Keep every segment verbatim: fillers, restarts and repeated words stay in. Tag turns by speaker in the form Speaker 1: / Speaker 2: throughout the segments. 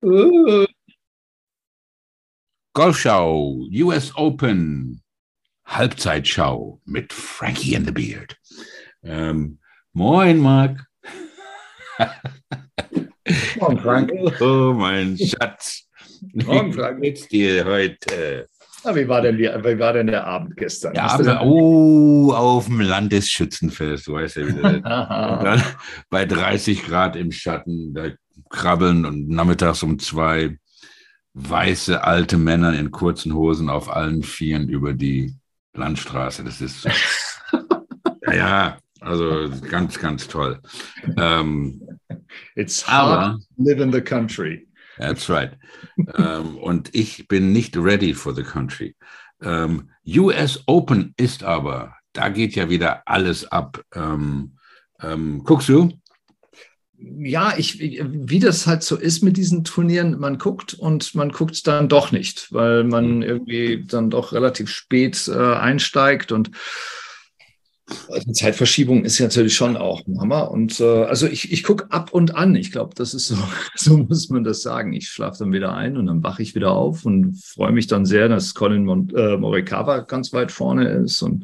Speaker 1: Golfschau, U S Open, Halbzeitschau mit Frankie and the Beard. Ähm, moin, Marc.
Speaker 2: Moin, Frank.
Speaker 1: Oh, mein Schatz.
Speaker 2: Moin, Frank.
Speaker 1: Wie geht's dir heute?
Speaker 2: Na, wie, war denn die, wie war denn der Abend gestern?
Speaker 1: Ja,
Speaker 2: Hast du denn-
Speaker 1: oh, auf dem Landesschützenfest, du weißt ja, wie das ist. Und dann bei dreißig Grad im Schatten, da krabbeln und nachmittags um zwei weiße alte Männer in kurzen Hosen auf allen Vieren über die Landstraße. Das ist so. Ja, ja, also ganz, ganz toll. Ähm,
Speaker 2: It's
Speaker 1: aber-
Speaker 2: hard to live in the country.
Speaker 1: That's right. ähm, und ich bin nicht ready for the country. Ähm, U S Open ist aber, da geht ja wieder alles ab. Ähm, ähm, guckst du?
Speaker 2: Ja, ich, wie das halt so ist mit diesen Turnieren, man guckt und man guckt dann doch nicht, weil man irgendwie dann doch relativ spät äh, einsteigt und die Zeitverschiebung ist ja natürlich schon auch ein Hammer. Und äh, also ich, ich gucke ab und an. Ich glaube, das ist so, so muss man das sagen. Ich schlafe dann wieder ein und dann wache ich wieder auf und freue mich dann sehr, dass Colin Mon- äh, Morikawa ganz weit vorne ist. Und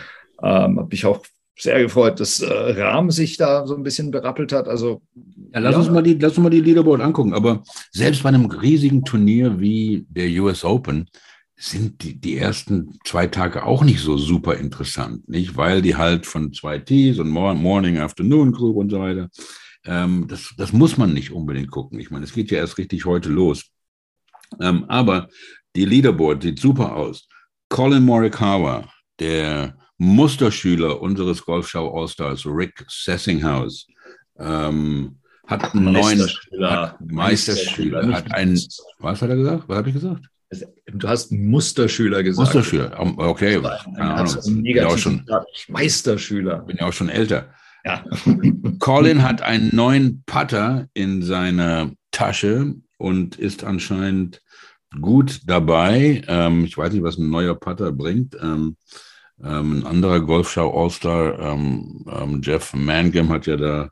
Speaker 2: ähm, habe mich auch sehr gefreut, dass äh, Rahm sich da so ein bisschen berappelt hat. Also
Speaker 1: Ja, lass,
Speaker 2: ja.
Speaker 1: Uns mal die, lass uns mal die Leaderboard angucken. Aber selbst bei einem riesigen Turnier wie der U S Open sind die, die ersten zwei Tage auch nicht so super interessant, nicht? Weil die halt von zwei Tees und Morning, Afternoon Group und so weiter, ähm, das, das muss man nicht unbedingt gucken. Ich meine, es geht ja erst richtig heute los. Ähm, aber die Leaderboard sieht super aus. Colin Morikawa, der Musterschüler unseres Golfschau All-Stars, Rick Sessinghaus, ähm, hat einen neuen
Speaker 2: Meisterschüler.
Speaker 1: hat, Meisterschüler,
Speaker 2: Meisterschüler,
Speaker 1: hat einen,
Speaker 2: nicht-
Speaker 1: was hat er gesagt? Was habe ich gesagt?
Speaker 2: Du hast Musterschüler gesagt.
Speaker 1: Musterschüler, okay,
Speaker 2: Das war ein-
Speaker 1: keine
Speaker 2: hat
Speaker 1: Ahnung.
Speaker 2: so einen
Speaker 1: Bin ja auch
Speaker 2: negativen
Speaker 1: schon,
Speaker 2: Touch. Meisterschüler.
Speaker 1: bin ja auch schon älter.
Speaker 2: Ja.
Speaker 1: Colin hat einen neuen Putter in seiner Tasche und ist anscheinend gut dabei. Ähm, ich weiß nicht, was ein neuer Putter bringt. Ähm, ähm, ein anderer Golfschau All-Star, ähm, ähm, Jeff Mangum, hat ja da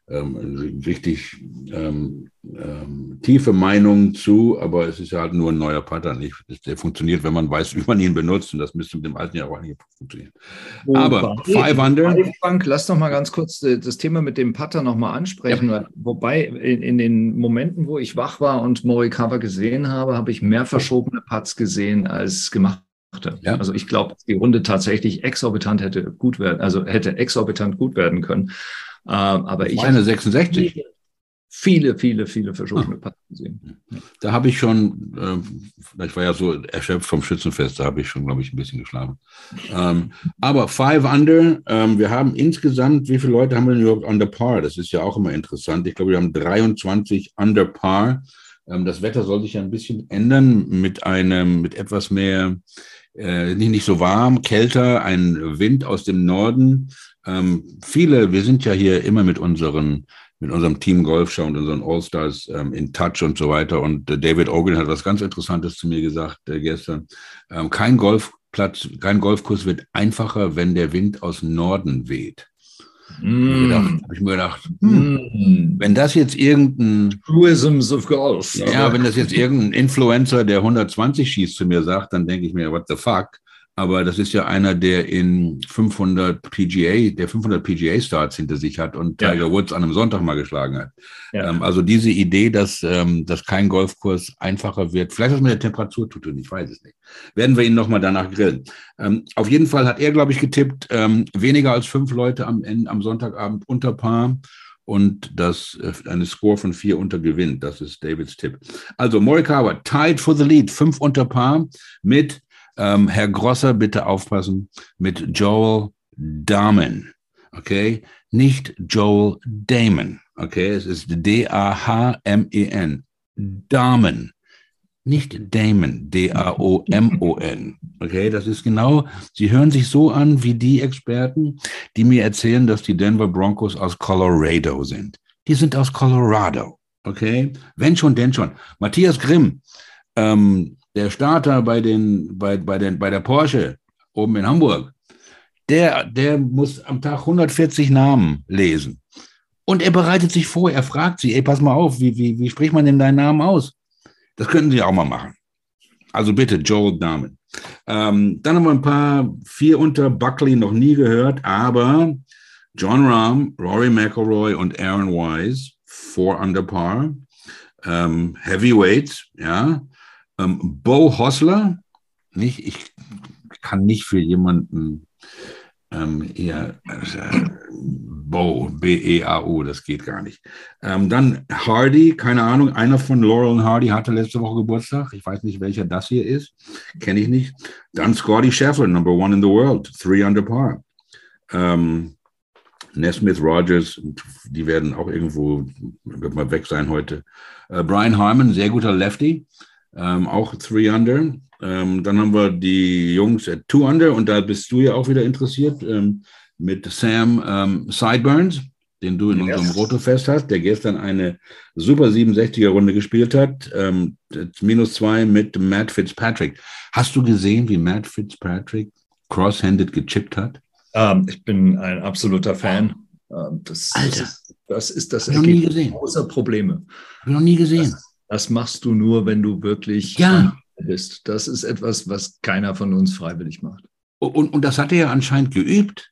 Speaker 1: ähm, richtig ähm, ähm, tiefe Meinungen zu, aber es ist ja halt nur ein neuer Putter, nicht? Der funktioniert, wenn man weiß, wie man ihn benutzt, und das müsste mit dem alten ja auch nicht funktionieren. Aber Five Under.
Speaker 2: Frank, lass doch mal ganz kurz äh, das Thema mit dem Putter nochmal ansprechen.
Speaker 1: Ja.
Speaker 2: Wobei in, in den Momenten, wo ich wach war und Morikawa gesehen habe, habe ich mehr verschobene Putts gesehen als gemachte.
Speaker 1: Ja.
Speaker 2: Also ich glaube, dass die Runde tatsächlich exorbitant hätte gut werden, also hätte exorbitant gut werden können. Ähm, aber ich
Speaker 1: Meine
Speaker 2: habe
Speaker 1: sechsundsechzig.
Speaker 2: viele, viele, viele verschobene Putts gesehen.
Speaker 1: Da habe ich schon, äh, ich war ja so erschöpft vom Schützenfest, da habe ich schon, glaube ich, ein bisschen geschlafen. Ähm, aber Five Under, ähm, wir haben insgesamt, wie viele Leute haben wir denn überhaupt under par? Das ist ja auch immer interessant. Ich glaube, wir haben dreiundzwanzig under par. Ähm, das Wetter soll sich ja ein bisschen ändern mit einem, mit etwas mehr, äh, nicht, nicht so warm, kälter, ein Wind aus dem Norden. Ähm, viele, wir sind ja hier immer mit unseren mit unserem Team Golfschau und unseren All-Stars ähm, in Touch und so weiter. Und äh, David Ogden hat was ganz Interessantes zu mir gesagt äh, gestern. Ähm, kein Golfplatz, kein Golfkurs wird einfacher, wenn der Wind aus Norden weht.
Speaker 2: Mm.
Speaker 1: Habe ich mir gedacht, hm,
Speaker 2: Mm.
Speaker 1: wenn das jetzt irgendein
Speaker 2: Truisms of Golf.
Speaker 1: ja, wenn das jetzt irgendein Influencer, der hundertzwanzig schießt, zu mir sagt, dann denke ich mir, what the fuck? Aber das ist ja einer, der in fünfhundert P G A, der fünfhundert P G A-Starts hinter sich hat und Tiger
Speaker 2: Ja.
Speaker 1: Woods an einem Sonntag mal geschlagen hat.
Speaker 2: Ja.
Speaker 1: Ähm, also diese Idee, dass, ähm, dass kein Golfkurs einfacher wird, vielleicht was mit der Temperatur tut, ich weiß es nicht. Werden wir ihn nochmal danach grillen. Ähm, auf jeden Fall hat er, glaube ich, getippt, ähm, weniger als fünf Leute am, Ende, am Sonntagabend unter Par. Und das äh, eine Score von vier unter gewinnt. Das ist Davids Tipp. Also Morikawa, tied for the lead, fünf unter Par mit ähm, Herr Grosser, bitte aufpassen, mit Joel Dahmen. Okay? Nicht Joel Damon. Okay? Es ist D A H M E N. Damen. Nicht Damon, D A O M O N. Okay, das ist genau, sie hören sich so an wie die Experten, die mir erzählen, dass die Denver Broncos aus Colorado sind. Die sind aus Colorado. Okay, wenn schon, denn schon. Matthias Grimm, ähm, der Starter bei, den, bei, bei, den, bei der Porsche oben in Hamburg, der, der muss am Tag hundertvierzig Namen lesen. Und er bereitet sich vor, er fragt sie, ey, pass mal auf, wie, wie, wie spricht man denn deinen Namen aus? Das könnten Sie auch mal machen. Also bitte, Joel Dahmen. Ähm, dann haben wir ein paar, vier unter Buckley noch nie gehört, aber Jon Rahm, Rory McIlroy und Aaron Wise, four under par. Ähm, Heavyweights, ja. Ähm, Bo Hossler, nicht, ich kann nicht für jemanden ähm, eher äh, Bo, B E A U, das geht gar nicht. Ähm, dann Hardy, keine Ahnung, einer von Laurel und Hardy hatte letzte Woche Geburtstag. Ich weiß nicht, welcher das hier ist. Kenne ich nicht. Dann Scotty Scheffler, number one in the world, three under par. Ähm, Nesmith, Rogers, die werden auch irgendwo, wird mal weg sein heute. Äh, Brian Harman, sehr guter Lefty, ähm, auch three under. Ähm, dann haben wir die Jungs at two under und da bist du ja auch wieder interessiert ähm, mit Sam ähm, Sideburns, den du in yes. unserem Rotofest hast, der gestern eine super siebenundsechziger Runde gespielt hat, ähm, minus zwei mit Matt Fitzpatrick. Hast du gesehen, wie Matt Fitzpatrick cross-handed gechippt hat?
Speaker 2: Ähm, ich bin ein absoluter Fan. Ähm, das,
Speaker 1: Alter,
Speaker 2: das ist das, ist das
Speaker 1: Ergebnis
Speaker 2: großer Probleme.
Speaker 1: Hab ich noch nie gesehen.
Speaker 2: Das, das machst du nur, wenn du wirklich
Speaker 1: ja.
Speaker 2: bist. Das ist etwas, was keiner von uns freiwillig macht.
Speaker 1: Und, und das hat er ja anscheinend geübt.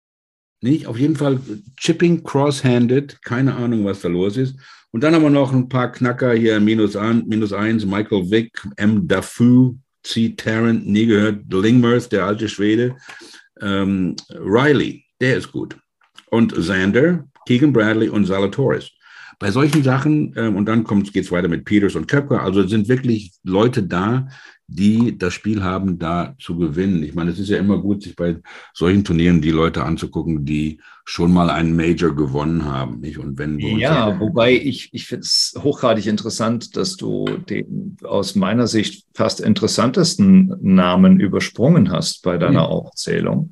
Speaker 1: Nicht? Auf jeden Fall Chipping cross-handed, keine Ahnung, was da los ist. Und dann haben wir noch ein paar Knacker hier, minus, an, minus eins, Michael Vick, M. Dafu, C. Tarrant, nie gehört, Lingmerth, der alte Schwede, ähm, Riley, der ist gut. Und Xander, Keegan Bradley und Zalatoris. Bei solchen Sachen, ähm, und dann geht es weiter mit Peters und Koepka, also sind wirklich Leute da, die das Spiel haben, da zu gewinnen. Ich meine, es ist ja immer gut, sich bei solchen Turnieren die Leute anzugucken, die schon mal einen Major gewonnen haben. Nicht? Und wenn wir uns
Speaker 2: ja, ja, wobei ich, ich finde es hochgradig interessant, dass du den aus meiner Sicht fast interessantesten Namen übersprungen hast bei deiner mhm. Aufzählung.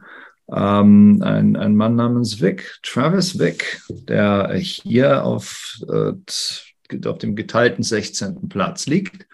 Speaker 2: Ähm, ein, ein Mann namens Vic, Travis Vic, der hier auf, äh, auf dem geteilten sechzehnten Platz liegt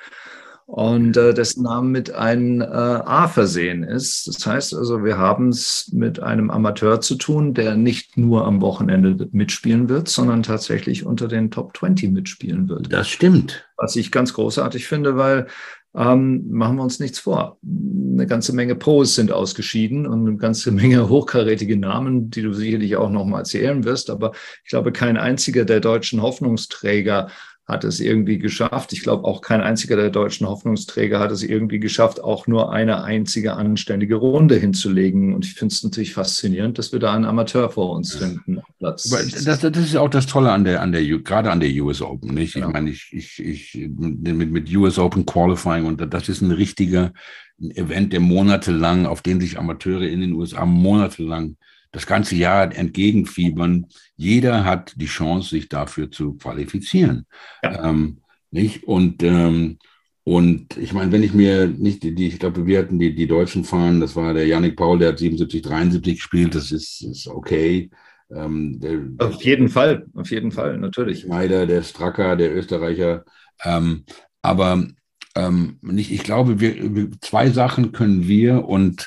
Speaker 2: und äh, dessen Namen mit einem äh, A versehen ist. Das heißt also, wir haben es mit einem Amateur zu tun, der nicht nur am Wochenende mitspielen wird, sondern tatsächlich unter den Top zwanzig mitspielen wird.
Speaker 1: Das stimmt.
Speaker 2: Was ich ganz großartig finde, weil Ähm, machen wir uns nichts vor. Eine ganze Menge Pros sind ausgeschieden und eine ganze Menge hochkarätige Namen, die du sicherlich auch noch mal erzählen wirst. Aber ich glaube, kein einziger der deutschen Hoffnungsträger hat es irgendwie geschafft. Ich glaube, auch kein einziger der deutschen Hoffnungsträger hat es irgendwie geschafft, auch nur eine einzige anständige Runde hinzulegen. Und ich finde es natürlich faszinierend, dass wir da einen Amateur vor uns finden. Platz
Speaker 1: das, das ist ja auch das Tolle an der, an der, gerade an der U S Open, nicht? Genau. Ich meine, ich, ich, ich, mit, mit U S Open Qualifying und das ist ein richtiger Event, der monatelang, auf den sich Amateure in den U S A monatelang das ganze Jahr entgegenfiebern. Jeder hat die Chance, sich dafür zu qualifizieren. Ja. Ähm, nicht? Und, ähm, und ich meine, wenn ich mir nicht, die, ich glaube, wir hatten die, die Deutschen fahren, das war der Yannick Paul, der hat siebenundsiebzig, dreiundsiebzig gespielt, das ist, ist okay. Ähm, der,
Speaker 2: auf jeden Fall, auf jeden Fall, natürlich.
Speaker 1: Schneider, der Stracker, der Österreicher. Ähm, aber ähm, nicht, ich glaube, wir, zwei Sachen können wir und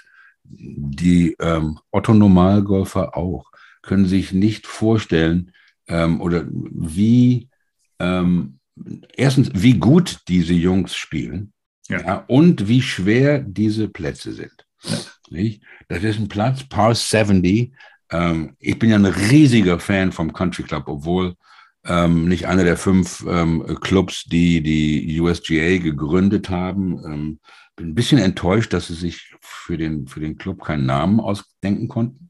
Speaker 1: die ähm, Otto-Normalgolfer auch, können sich nicht vorstellen, ähm, oder wie, ähm, erstens, wie gut diese Jungs spielen, ja. Ja, und wie schwer diese Plätze sind. Ja. Nicht? Das ist ein Platz, Par siebzig. Ähm, ich bin ja ein riesiger Fan vom Country Club, obwohl ähm, nicht einer der fünf ähm, Clubs, die die U S G A gegründet haben. Ähm, bin ein bisschen enttäuscht, dass sie sich für den, für den Club keinen Namen ausdenken konnten.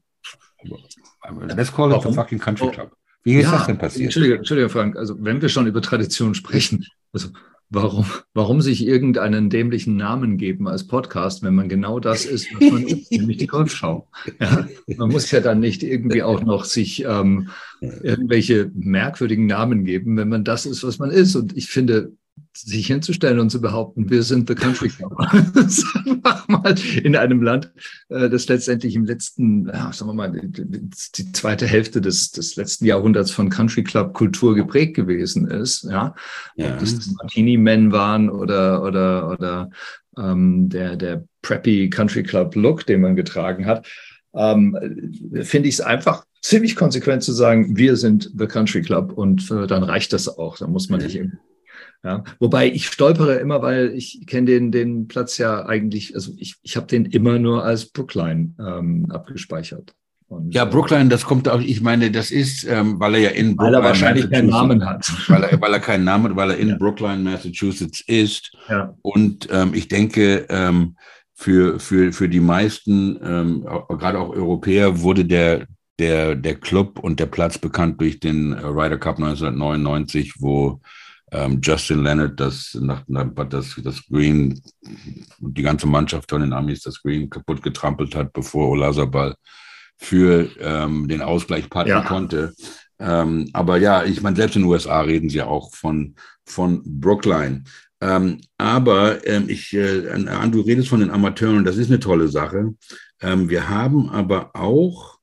Speaker 1: Aber let's call it the fucking Country Club. Wie ist ja, das denn passiert?
Speaker 2: Entschuldige, Entschuldige, Frank. Also, wenn wir schon über Tradition sprechen, also warum, warum sich irgendeinen dämlichen Namen geben als Podcast, wenn man genau das ist, was man ist, nämlich die Golfschau. Ja, man muss ja dann nicht irgendwie auch noch sich ähm, irgendwelche merkwürdigen Namen geben, wenn man das ist, was man ist. Und ich finde, sich hinzustellen und zu behaupten, wir sind the Country Club. Das ist einfach mal in einem Land, das letztendlich im letzten, ja, sagen wir mal, die zweite Hälfte des, des letzten Jahrhunderts von Country Club Kultur geprägt gewesen ist. Ja, ja. Ob das Martini Men waren oder, oder, oder ähm, der, der preppy Country Club Look, den man getragen hat. Ähm, finde ich es einfach ziemlich konsequent zu sagen, wir sind the Country Club und äh, dann reicht das auch. Da muss man nicht irgendwie Ja, wobei ich stolpere immer, weil ich kenne den, den Platz ja eigentlich, also ich, ich habe den immer nur als Brookline ähm, abgespeichert. Und,
Speaker 1: Ja, Brookline, das kommt auch, ich meine, das ist, ähm, weil er ja in
Speaker 2: weil er
Speaker 1: Brookline,
Speaker 2: wahrscheinlich keinen Namen hat.
Speaker 1: weil er, weil er keinen Namen hat, weil er in
Speaker 2: Ja.
Speaker 1: Brookline, Massachusetts ist.
Speaker 2: Ja.
Speaker 1: Und ähm, ich denke, ähm, für, für, für die meisten, ähm, auch, gerade auch Europäer, wurde der, der, der Club und der Platz bekannt durch den Ryder Cup neunzehnhundertneunundneunzig, wo ähm, Justin Leonard das, nach, das, das Green, die ganze Mannschaft von den Amis das Green kaputt getrampelt hat, bevor Olazabal für ähm, den Ausgleich patten ja. konnte. Ähm, aber ja, ich meine, selbst in den U S A reden sie auch von, von Brookline. Ähm, aber ähm, ich, äh, du redest von den Amateuren, das ist eine tolle Sache. Ähm, wir haben aber auch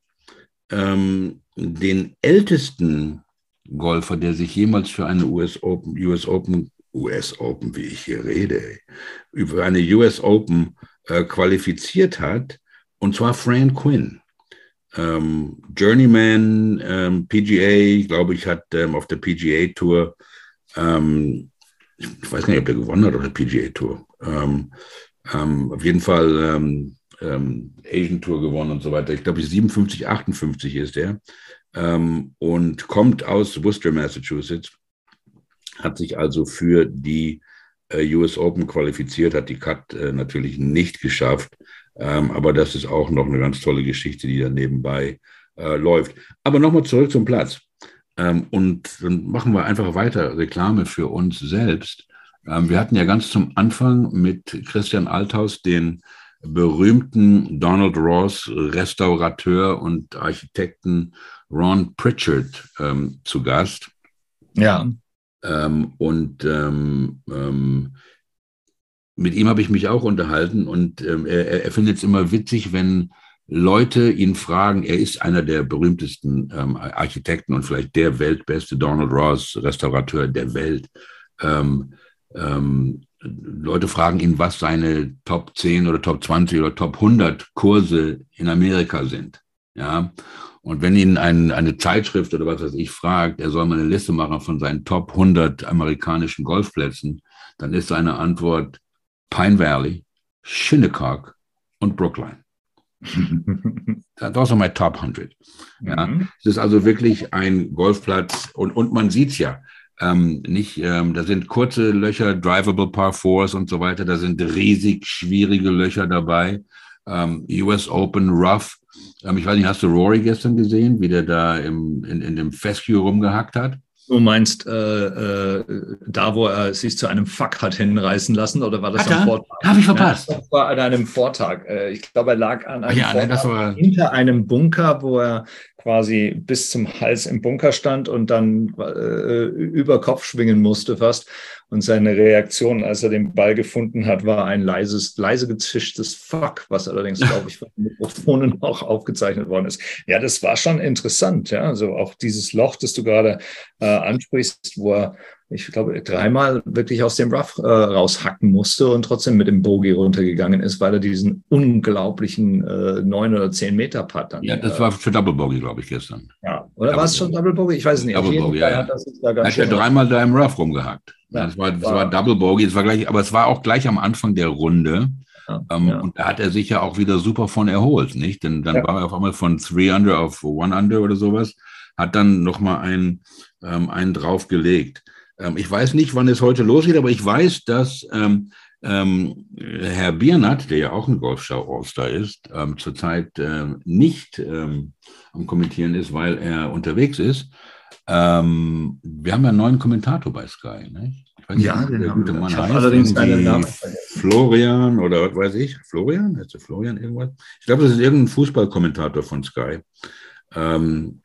Speaker 1: ähm, den ältesten Golfer, der sich jemals für eine U S Open, U S Open, U S Open, wie ich hier rede, über eine U S Open äh, qualifiziert hat, und zwar Fran Quinn. Ähm, Journeyman, ähm, P G A, glaube ich, hat ähm, auf der P G A Tour, ähm, ich weiß nicht, ob er gewonnen hat auf der P G A Tour, ähm, ähm, auf jeden Fall ähm, ähm, Asian Tour gewonnen und so weiter. Ich glaube, siebenundfünfzig, achtundfünfzig ist er ähm, und kommt aus Worcester, Massachusetts, hat sich also für die äh, U S Open qualifiziert, hat die Cut äh, natürlich nicht geschafft. Ähm, aber das ist auch noch eine ganz tolle Geschichte, die da nebenbei äh, läuft. Aber nochmal zurück zum Platz. Ähm, und dann machen wir einfach weiter Reklame für uns selbst. Ähm, wir hatten ja ganz zum Anfang mit Christian Althaus den berühmten Donald Ross Restaurateur und Architekten Ron Pritchard ähm, zu Gast.
Speaker 2: Ja.
Speaker 1: Ähm, und ähm, ähm, mit ihm habe ich mich auch unterhalten, und ähm, er, er findet es immer witzig, wenn Leute ihn fragen. Er ist einer der berühmtesten ähm, Architekten und vielleicht der weltbeste Donald Ross Restaurateur der Welt. Ähm, ähm, Leute fragen ihn, was seine Top zehn oder Top zwanzig oder Top hundert Kurse in Amerika sind. Ja, und wenn ihn ein, eine Zeitschrift oder was weiß ich fragt, er soll mal eine Liste machen von seinen Top hundert amerikanischen Golfplätzen, dann ist seine Antwort Pine Valley, Shinnecock und Brookline. Those are my top hundred. Ja, mhm. Es ist also wirklich ein Golfplatz, und, und man sieht es ja. Ähm, nicht, ähm, da sind kurze Löcher, drivable Par Fours und so weiter, da sind riesig schwierige Löcher dabei. Ähm, U S Open Rough. Ähm, ich weiß nicht, hast du Rory gestern gesehen, wie der da im, in, in dem Fescue rumgehackt hat?
Speaker 2: Du meinst äh, äh, da, wo er sich zu einem Fuck hat hinreißen lassen, oder war das
Speaker 1: hat
Speaker 2: am
Speaker 1: er?
Speaker 2: Vortag?
Speaker 1: Habe ich verpasst.
Speaker 2: Ja, das war an einem Vortag. Ich glaube, er lag an einem
Speaker 1: ja,
Speaker 2: Vortag
Speaker 1: ne, das war...
Speaker 2: hinter einem Bunker, wo er quasi bis zum Hals im Bunker stand und dann äh, über Kopf schwingen musste fast. Und seine Reaktion, als er den Ball gefunden hat, war ein leises, leise gezischtes Fuck, was allerdings, glaube ich, von den Mikrofonen auch aufgezeichnet worden ist. Ja, das war schon interessant. Ja, also auch dieses Loch, das du gerade äh, ansprichst, wo er, ich glaube, dreimal wirklich aus dem Rough äh, raushacken musste und trotzdem mit dem Bogey runtergegangen ist, weil er diesen unglaublichen äh, neun oder zehn Meter Putt dann.
Speaker 1: Ja, das äh, war für Double Bogey, glaube ich, gestern.
Speaker 2: Ja, oder war es schon Double Bogey? Ich weiß es nicht.
Speaker 1: Double
Speaker 2: Auf jeden
Speaker 1: Bogey,
Speaker 2: Fall
Speaker 1: ja,
Speaker 2: hat
Speaker 1: ja.
Speaker 2: das da ganz
Speaker 1: er hat ja dreimal da im Rough rumgehackt. Ja, das war, das war, war Double Bogey, das war gleich, aber es war auch gleich am Anfang der Runde. Ja, ähm, ja. Und da hat er sich ja auch wieder super von erholt, nicht? Denn dann ja. war er auf einmal von three under auf one under oder sowas, hat dann nochmal einen, ähm, einen draufgelegt. Ähm, ich weiß nicht, wann es heute losgeht, aber ich weiß, dass ähm, ähm, Herr Biernat, der ja auch ein Golfschau-All-Star ist, ähm, zurzeit ähm, nicht ähm, am Kommentieren ist, weil er unterwegs ist. Ähm, wir haben ja einen neuen Kommentator bei Sky, nicht? Ich weiß nicht,
Speaker 2: ja,
Speaker 1: wie der gute Mann
Speaker 2: ich
Speaker 1: heißt.
Speaker 2: Allerdings einen Namen.
Speaker 1: Florian oder was weiß ich. Florian? Heißt der Florian irgendwas? Ich glaube, das ist irgendein Fußballkommentator von Sky, ähm,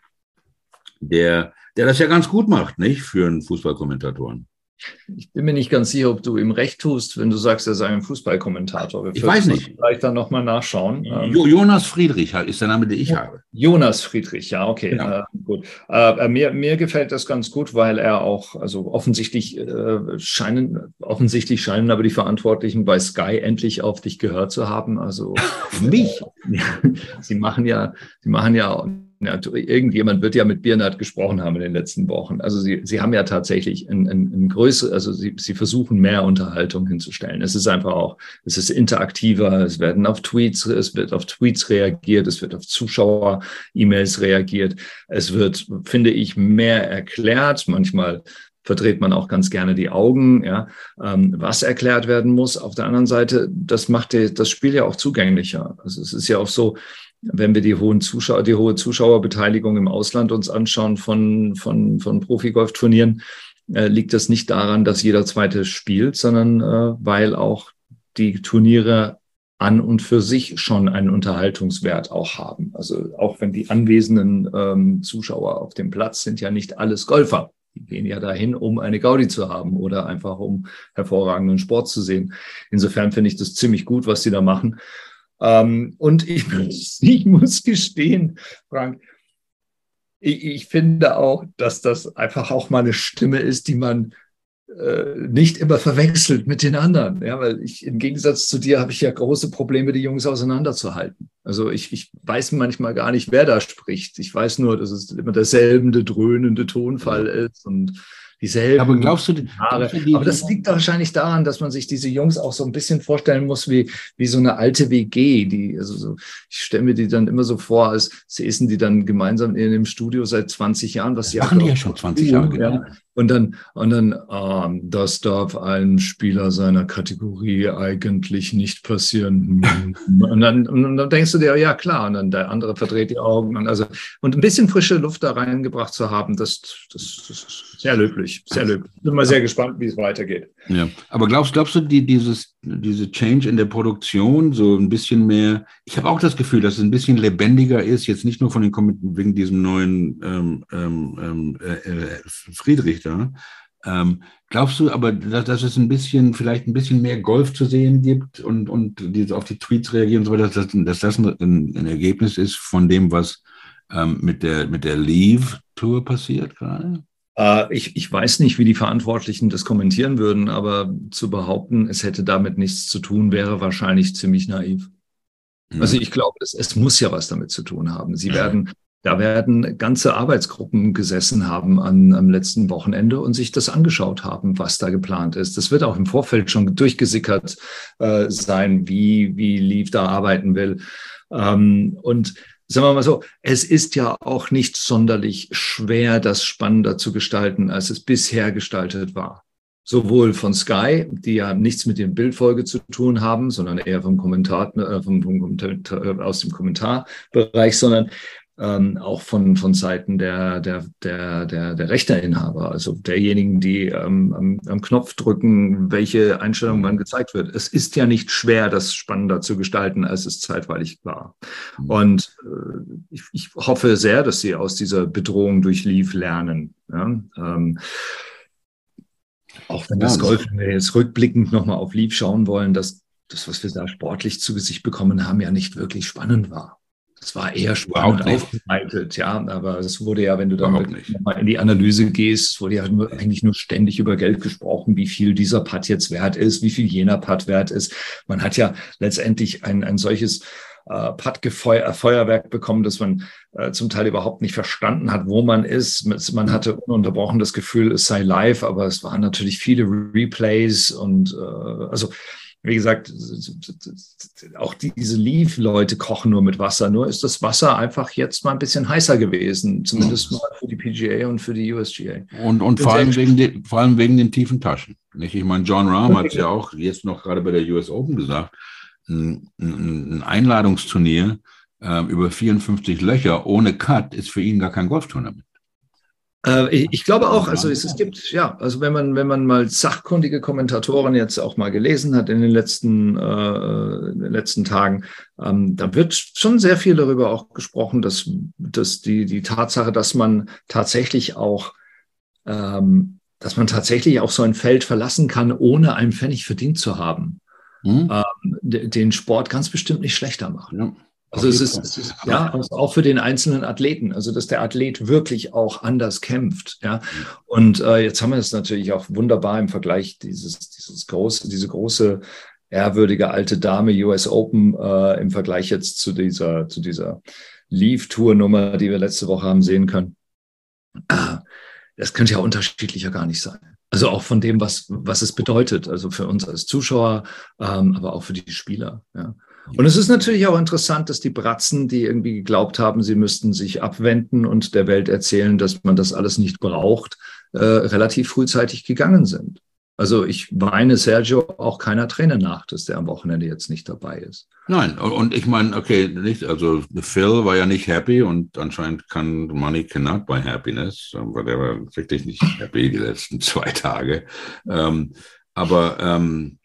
Speaker 1: der, der das ja ganz gut macht, nicht? Für einen Fußballkommentatoren.
Speaker 2: Ich bin mir nicht ganz sicher, ob du ihm recht tust, wenn du sagst, er sei ein Fußballkommentator. Wir
Speaker 1: ich weiß nicht.
Speaker 2: Vielleicht dann nochmal nachschauen.
Speaker 1: Jo- Jonas Friedrich ist der Name, den ich habe.
Speaker 2: Jonas Friedrich, ja, okay,
Speaker 1: Genau.
Speaker 2: äh, gut. Äh, mir, mir gefällt das ganz gut, weil er auch, also offensichtlich äh, scheinen, offensichtlich scheinen aber die Verantwortlichen bei Sky endlich auf dich gehört zu haben. Also
Speaker 1: auf mich?
Speaker 2: Ja, Sie machen ja, Sie machen ja, ja, irgendjemand wird ja mit Biernat gesprochen haben in den letzten Wochen. Also Sie, Sie haben ja tatsächlich ein, ein, ein größere, also Sie, Sie versuchen mehr Unterhaltung hinzustellen. Es ist einfach auch, es ist interaktiver, es werden auf Tweets, es wird auf Tweets reagiert, es wird auf Zuschauer-E-Mails reagiert. Es wird, finde ich, mehr erklärt. Manchmal verdreht man auch ganz gerne die Augen, ja, ähm, was erklärt werden muss. Auf der anderen Seite, das macht die, das Spiel ja auch zugänglicher. Also es ist ja auch so, wenn wir die hohen Zuschauer, die hohe Zuschauerbeteiligung im Ausland uns anschauen von, von, von Profi-Golf-Turnieren, äh, liegt das nicht daran, dass jeder Zweite spielt, sondern äh, weil auch die Turniere an und für sich schon einen Unterhaltungswert auch haben. Also auch wenn die anwesenden ähm, Zuschauer auf dem Platz sind ja nicht alles Golfer. Die gehen ja dahin, um eine Gaudi zu haben oder einfach um hervorragenden Sport zu sehen. Insofern finde ich das ziemlich gut, was sie da machen. Ähm, und ich, ich muss gestehen, Frank, ich, ich finde auch, dass das einfach auch mal eine Stimme ist, die man äh, nicht immer verwechselt mit den anderen. Ja, weil ich im Gegensatz zu dir habe ich ja große Probleme, die Jungs auseinanderzuhalten. Also ich, ich weiß manchmal gar nicht, wer da spricht. Ich weiß nur, dass es immer derselbe dröhnende Tonfall ist und dieselben
Speaker 1: Aber glaubst du,
Speaker 2: Haare.
Speaker 1: glaubst du die,
Speaker 2: Aber das liegt wahrscheinlich daran, dass man sich diese Jungs auch so ein bisschen vorstellen muss wie, wie so eine alte W G. Die, also so, ich stelle mir die dann immer so vor, als säßen die dann gemeinsam in dem Studio seit zwanzig Jahren. Was sie
Speaker 1: machen die ja schon zwanzig Jahre, genau.
Speaker 2: Ja. Und dann, und dann ähm, das darf einem Spieler seiner Kategorie eigentlich nicht passieren. und, dann, und dann denkst du dir, ja klar, und dann der andere verdreht die Augen. Und, also, und ein bisschen frische Luft da reingebracht zu haben, das, das, das ist sehr löblich, sehr löblich. Ich bin mal sehr gespannt, wie es weitergeht.
Speaker 1: Ja, aber glaubst, glaubst du, die, dieses, diese Change in der Produktion, so ein bisschen mehr, ich habe auch das Gefühl, dass es ein bisschen lebendiger ist, jetzt nicht nur von den Kommentaren wegen diesem neuen ähm, ähm, äh, Friedrich da. Ähm, glaubst du aber, dass, dass es ein bisschen, vielleicht ein bisschen mehr Golf zu sehen gibt und, und diese auf die Tweets reagieren und so weiter, dass, dass das ein, ein Ergebnis ist von dem, was ähm, mit der, mit der Leave-Tour passiert gerade?
Speaker 2: Ich, ich weiß nicht, wie die Verantwortlichen das kommentieren würden, aber zu behaupten, es hätte damit nichts zu tun, wäre wahrscheinlich ziemlich naiv. Mhm. Also ich glaube, es, es muss ja was damit zu tun haben. Sie werden, da werden ganze Arbeitsgruppen gesessen haben an, am letzten Wochenende und sich das angeschaut haben, was da geplant ist. Das wird auch im Vorfeld schon durchgesickert äh, sein, wie, wie Leaf da arbeiten will. Ähm, und sagen wir mal so, es ist ja auch nicht sonderlich schwer, das spannender zu gestalten, als es bisher gestaltet war. Sowohl von Sky, die ja nichts mit den Bildfolge zu tun haben, sondern eher vom Kommentar, äh, vom, vom, aus dem Kommentarbereich, sondern ähm, auch von, von Seiten der, der, der, der, der Rechteinhaber, also derjenigen, die ähm, am, am Knopf drücken, welche Einstellung wann gezeigt wird. Es ist ja nicht schwer, das spannender zu gestalten, als es zeitweilig war. Und äh, ich, ich hoffe sehr, dass sie aus dieser Bedrohung durch Leaf lernen. Ja? Ähm, auch wenn das Golf, wenn wir jetzt rückblickend nochmal auf Leaf schauen wollen, dass das, was wir da sportlich zu Gesicht bekommen haben, ja nicht wirklich spannend war. Es war eher spannend aufbereitet, ja, aber es wurde ja, wenn du dann mal in die Analyse gehst, es wurde ja nur, eigentlich nur ständig über Geld gesprochen, wie viel dieser Putt jetzt wert ist, wie viel jener Putt wert ist. Man hat ja letztendlich ein, ein solches äh, Putt-Feuerwerk bekommen, dass man äh, zum Teil überhaupt nicht verstanden hat, wo man ist. Man hatte ununterbrochen das Gefühl, es sei live, aber es waren natürlich viele Replays und äh, also wie gesagt, auch diese Leaf-Leute kochen nur mit Wasser. Nur ist das Wasser einfach jetzt mal ein bisschen heißer gewesen, zumindest mal für die P G A und für die U S G A.
Speaker 1: Und, und vor, allem wegen den, vor allem wegen den tiefen Taschen. Nicht? Ich meine, Jon Rahm hat es ja auch jetzt noch gerade bei der U S Open gesagt, ein, ein Einladungsturnier äh, über vierundfünfzig Löcher ohne Cut ist für ihn gar kein Golftournament.
Speaker 2: Ich, ich glaube auch, also es, es gibt, ja, also wenn man, wenn man mal sachkundige Kommentatoren jetzt auch mal gelesen hat in den letzten, äh, in den letzten Tagen, ähm, da wird schon sehr viel darüber auch gesprochen, dass, dass die, die Tatsache, dass man tatsächlich auch, ähm, dass man tatsächlich auch so ein Feld verlassen kann, ohne einen Pfennig verdient zu haben, mhm. ähm, den Sport ganz bestimmt nicht schlechter macht. Ja. Also es ist, es ist ja also auch für den einzelnen Athleten, also dass der Athlet wirklich auch anders kämpft, ja. Und äh, jetzt haben wir es natürlich auch wunderbar im Vergleich dieses dieses große diese große ehrwürdige alte Dame U S Open äh, im Vergleich jetzt zu dieser, zu dieser Leave-Tour-Nummer, die wir letzte Woche haben sehen können. Das könnte ja unterschiedlicher gar nicht sein. Also auch von dem, was, was es bedeutet, also für uns als Zuschauer, ähm, aber auch für die Spieler. Ja. Und es ist natürlich auch interessant, dass die Bratzen, die irgendwie geglaubt haben, sie müssten sich abwenden und der Welt erzählen, dass man das alles nicht braucht, äh, relativ frühzeitig gegangen sind. Also ich weine Sergio auch keiner Träne nach, dass der am Wochenende jetzt nicht dabei ist.
Speaker 1: Nein, und ich meine, okay, nicht, also Phil war ja nicht happy und anscheinend kann Money cannot buy happiness, weil der war wirklich nicht happy die letzten zwei Tage. Ähm, aber ähm,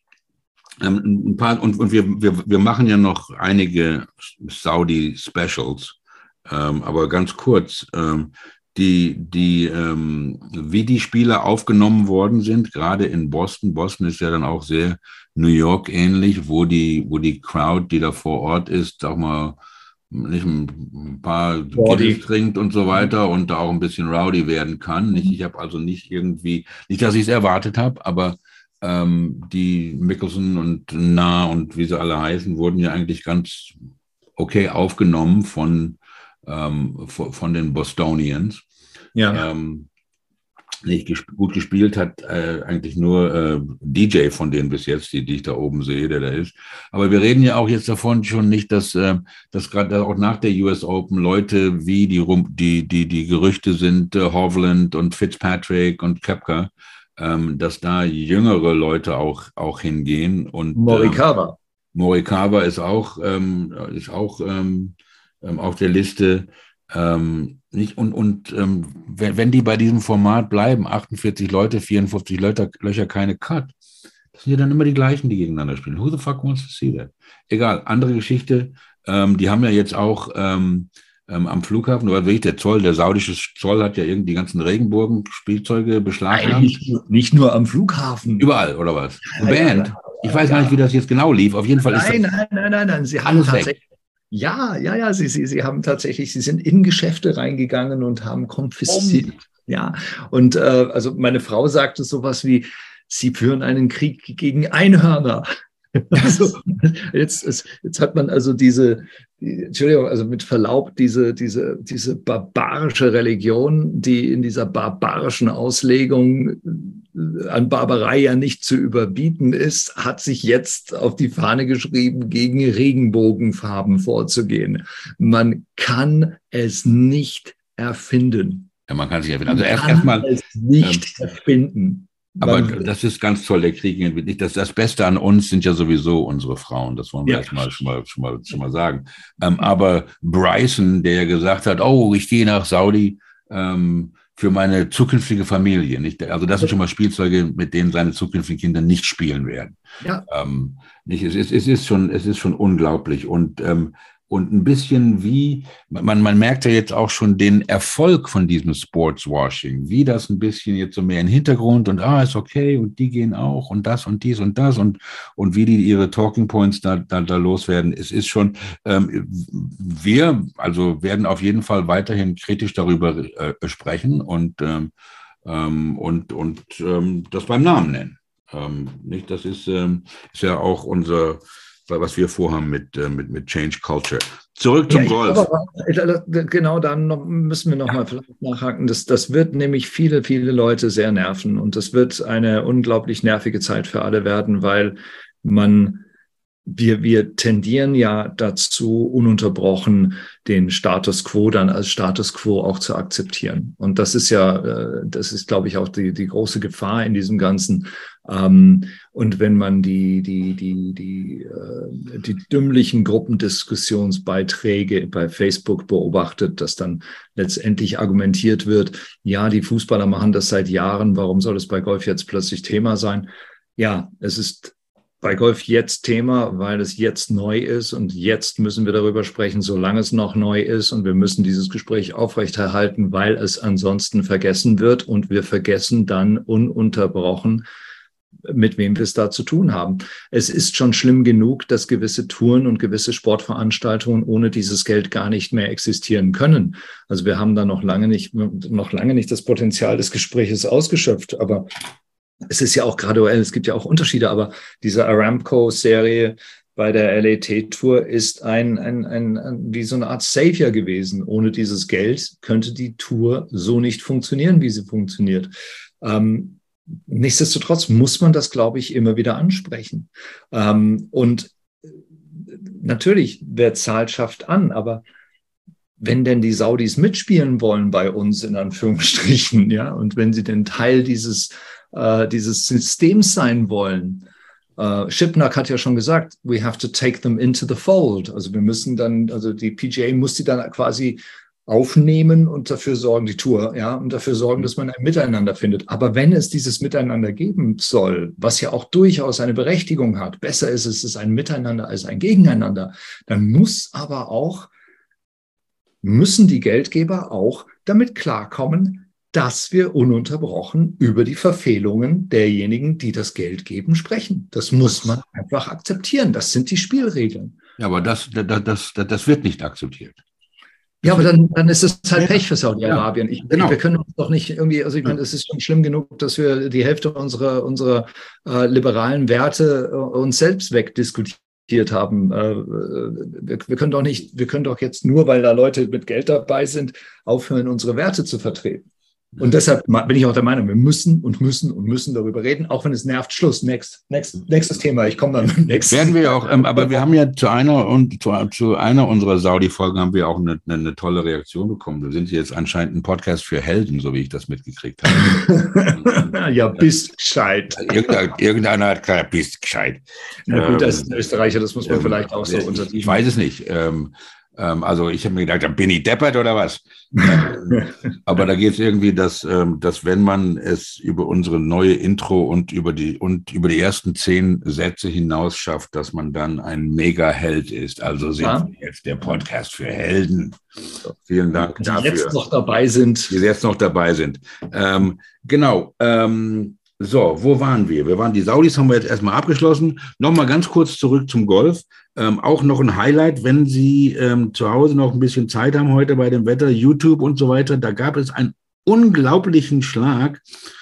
Speaker 1: ein paar, und, und wir, wir, wir machen ja noch einige Saudi-Specials, ähm, aber ganz kurz, ähm, die, die, ähm, wie die Spieler aufgenommen worden sind, gerade in Boston. Boston ist ja dann auch sehr New York ähnlich, wo die, wo die Crowd, die da vor Ort ist, auch mal nicht ein paar Guinness trinkt und so weiter und da auch ein bisschen rowdy werden kann. Nicht, ich habe also nicht irgendwie, nicht, dass ich es erwartet habe, aber ähm, die Mickelson und Na und wie sie alle heißen, wurden ja eigentlich ganz okay aufgenommen von Ähm, von den Bostonians. Ja. Ähm, nicht gesp gut gespielt hat äh, eigentlich nur äh, D J von denen bis jetzt, die, die ich da oben sehe, der da ist. Aber wir reden ja auch jetzt davon schon nicht, dass, äh, dass gerade auch nach der U S Open Leute wie die, die, die, die Gerüchte sind, äh, Hovland und Fitzpatrick und Koepka, ähm, dass da jüngere Leute auch, auch hingehen. Und
Speaker 2: Morikawa.
Speaker 1: Ähm, Morikawa ist auch, ähm, ist auch ähm, ähm, auf der Liste. Ähm, nicht, und und ähm, wenn, wenn die bei diesem Format bleiben, achtundvierzig Leute, vierundfünfzig Löcher, Löcher, keine Cut, das sind ja dann immer die gleichen, die gegeneinander spielen. Who the fuck wants to see that? Egal, andere Geschichte. Ähm, die haben ja jetzt auch ähm, ähm, am Flughafen, oder wirklich der Zoll, der saudische Zoll hat ja irgendwie die ganzen Regenbogen-Spielzeuge beschlagnahmt.
Speaker 2: Nicht, nicht nur am Flughafen.
Speaker 1: Überall, oder was? Ja, Band. Ja, ja, ich weiß ja. gar nicht, wie das jetzt genau lief. Auf jeden Fall
Speaker 2: nein,
Speaker 1: ist das
Speaker 2: nein, nein, nein, nein. Sie haben
Speaker 1: alles
Speaker 2: tatsächlich
Speaker 1: weg.
Speaker 2: Ja, ja, ja, sie, sie, sie haben tatsächlich, sie sind in Geschäfte reingegangen und haben konfisziert. Um. Ja, und äh, also meine Frau sagte sowas wie, sie führen einen Krieg gegen Einhörner. Also, jetzt, ist, jetzt hat man also diese, die, Entschuldigung, also mit Verlaub, diese, diese, diese barbarische Religion, die in dieser barbarischen Auslegung an Barbarei ja nicht zu überbieten ist, hat sich jetzt auf die Fahne geschrieben, gegen Regenbogenfarben vorzugehen. Man kann es nicht erfinden.
Speaker 1: Ja, man kann sich erfinden. Also
Speaker 2: man
Speaker 1: erst
Speaker 2: kann
Speaker 1: erstmal
Speaker 2: es nicht ähm, erfinden.
Speaker 1: Aber das ist ganz toll, der Krieg. Das, das Beste an uns sind ja sowieso unsere Frauen. Das wollen wir ja. erstmal schon mal, schon mal, schon mal sagen. Ähm, aber Bryson, der gesagt hat, oh, ich gehe nach Saudi ähm, für meine zukünftige Familie. Nicht? Also das sind schon mal Spielzeuge, mit denen seine zukünftigen Kinder nicht spielen werden. Ja. Ähm, nicht, es, ist, es, ist schon, es ist schon unglaublich. Und ähm, Und ein bisschen wie, man, man merkt ja jetzt auch schon den Erfolg von diesem Sportswashing, wie das ein bisschen jetzt so mehr in den Hintergrund und ah, ist okay und die gehen auch und das und dies und das und, und wie die ihre Talking Points da, da, da loswerden. Es ist schon, ähm, wir also werden auf jeden Fall weiterhin kritisch darüber äh, sprechen und, ähm, und, und ähm, das beim Namen nennen. Ähm, nicht, das ist, ähm, ist ja auch unser, was wir vorhaben mit, mit, mit Change Culture. Zurück zum ja, Golf.
Speaker 2: Aber, genau, dann noch, müssen wir noch ja. mal vielleicht nachhaken. Das, das wird nämlich viele, viele Leute sehr nerven und das wird eine unglaublich nervige Zeit für alle werden, weil man Wir, wir tendieren ja dazu, ununterbrochen den Status quo dann als Status quo auch zu akzeptieren. Und das ist ja, das ist, glaube ich, auch die, die große Gefahr in diesem Ganzen. Und wenn man die, die, die, die, die dümmlichen Gruppendiskussionsbeiträge bei Facebook beobachtet, dass dann letztendlich argumentiert wird, ja, die Fußballer machen das seit Jahren, warum soll es bei Golf jetzt plötzlich Thema sein? Ja, es ist bei Golf jetzt Thema, weil es jetzt neu ist und jetzt müssen wir darüber sprechen, solange es noch neu ist und wir müssen dieses Gespräch aufrechterhalten, weil es ansonsten vergessen wird und wir vergessen dann ununterbrochen, mit wem wir es da zu tun haben. Es ist schon schlimm genug, dass gewisse Touren und gewisse Sportveranstaltungen ohne dieses Geld gar nicht mehr existieren können. Also wir haben da noch lange nicht, noch lange nicht das Potenzial des Gespräches ausgeschöpft, aber es ist ja auch graduell, es gibt ja auch Unterschiede, aber diese Aramco-Serie bei der L A T-Tour ist ein, ein, ein, ein, wie so eine Art Savior gewesen. Ohne dieses Geld könnte die Tour so nicht funktionieren, wie sie funktioniert. Ähm, nichtsdestotrotz muss man das, glaube ich, immer wieder ansprechen. Ähm, und natürlich, wer zahlt, schafft an, aber wenn denn die Saudis mitspielen wollen bei uns, in Anführungsstrichen, ja, und wenn sie denn Teil dieses, äh, dieses Systems sein wollen, Uh, Shipnack hat ja schon gesagt, we have to take them into the fold. Also wir müssen dann, also die P G A muss die dann quasi aufnehmen und dafür sorgen, die Tour, ja, und dafür sorgen, dass man ein Miteinander findet. Aber wenn es dieses Miteinander geben soll, was ja auch durchaus eine Berechtigung hat, besser ist es, es ist ein Miteinander als ein Gegeneinander, dann muss aber auch, müssen die Geldgeber auch damit klarkommen, dass wir ununterbrochen über die Verfehlungen derjenigen, die das Geld geben, sprechen. Das muss man einfach akzeptieren. Das sind die Spielregeln.
Speaker 1: Ja, aber das, das, das, das wird nicht akzeptiert.
Speaker 2: Das ja, aber dann, dann ist es halt Pech für Saudi-Arabien.
Speaker 1: Ja, genau.
Speaker 2: Wir können uns doch nicht irgendwie, also ich meine, es ist schon schlimm genug, dass wir die Hälfte unserer, unserer äh, liberalen Werte äh, uns selbst wegdiskutiert haben. Äh, wir, wir können doch nicht, wir können doch jetzt nur, weil da Leute mit Geld dabei sind, aufhören, unsere Werte zu vertreten. Und deshalb bin ich auch der Meinung, wir müssen und müssen und müssen darüber reden, auch wenn es nervt. Schluss, next, next, nächstes Thema. Ich komme dann mit dem nächsten.
Speaker 1: Werden wir auch, ähm, aber wir haben ja zu einer und zu, zu einer unserer Saudi-Folgen haben wir auch eine, eine, eine tolle Reaktion bekommen. Da sind Sie jetzt anscheinend ein Podcast für Helden, so wie ich das mitgekriegt habe.
Speaker 2: Ja, bist gescheit.
Speaker 1: Irgendeiner, irgendeiner hat gesagt, bist gescheit.
Speaker 2: Na gut, als Österreicher, das muss man ähm, vielleicht auch so unter.
Speaker 1: Ich, ich weiß es nicht. Ähm, Also ich habe mir gedacht, bin ich deppert oder was? Aber da geht es irgendwie, dass, dass wenn man es über unsere neue Intro und über die und über die ersten zehn Sätze hinaus schafft, dass man dann ein Mega-Held ist. Also sind ja. wir jetzt der Podcast für Helden. Vielen Dank
Speaker 2: die
Speaker 1: dafür.
Speaker 2: Die jetzt noch dabei sind.
Speaker 1: Die jetzt noch dabei sind. Ähm, genau. Ähm, So, wo waren wir? Wir waren, die Saudis haben wir jetzt erstmal abgeschlossen. Nochmal ganz kurz zurück zum Golf. Ähm, auch noch ein Highlight, wenn Sie ähm, zu Hause noch ein bisschen Zeit haben heute bei dem Wetter, YouTube und so weiter. Da gab es einen unglaublichen Schlag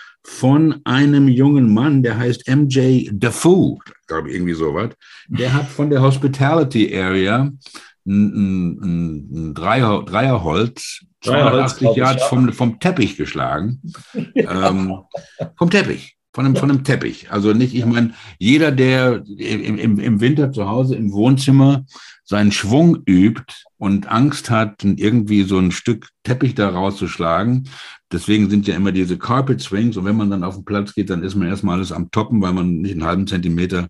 Speaker 1: von einem jungen Mann, der heißt M J Defoe, glaube ich, irgendwie sowas. Der hat von der Hospitality Area ein, ein, ein Dreier, Dreierholz, zweihundertachtzig Yards vom, vom Teppich geschlagen. Ja. Ähm, vom Teppich. Von einem, von einem Teppich. Also nicht, ich meine, jeder, der im, im, im Winter zu Hause im Wohnzimmer seinen Schwung übt und Angst hat, irgendwie so ein Stück Teppich da rauszuschlagen. Deswegen sind ja immer diese Carpet Swings. Und wenn man dann auf den Platz geht, dann ist man erstmal alles am Toppen, weil man nicht einen halben Zentimeter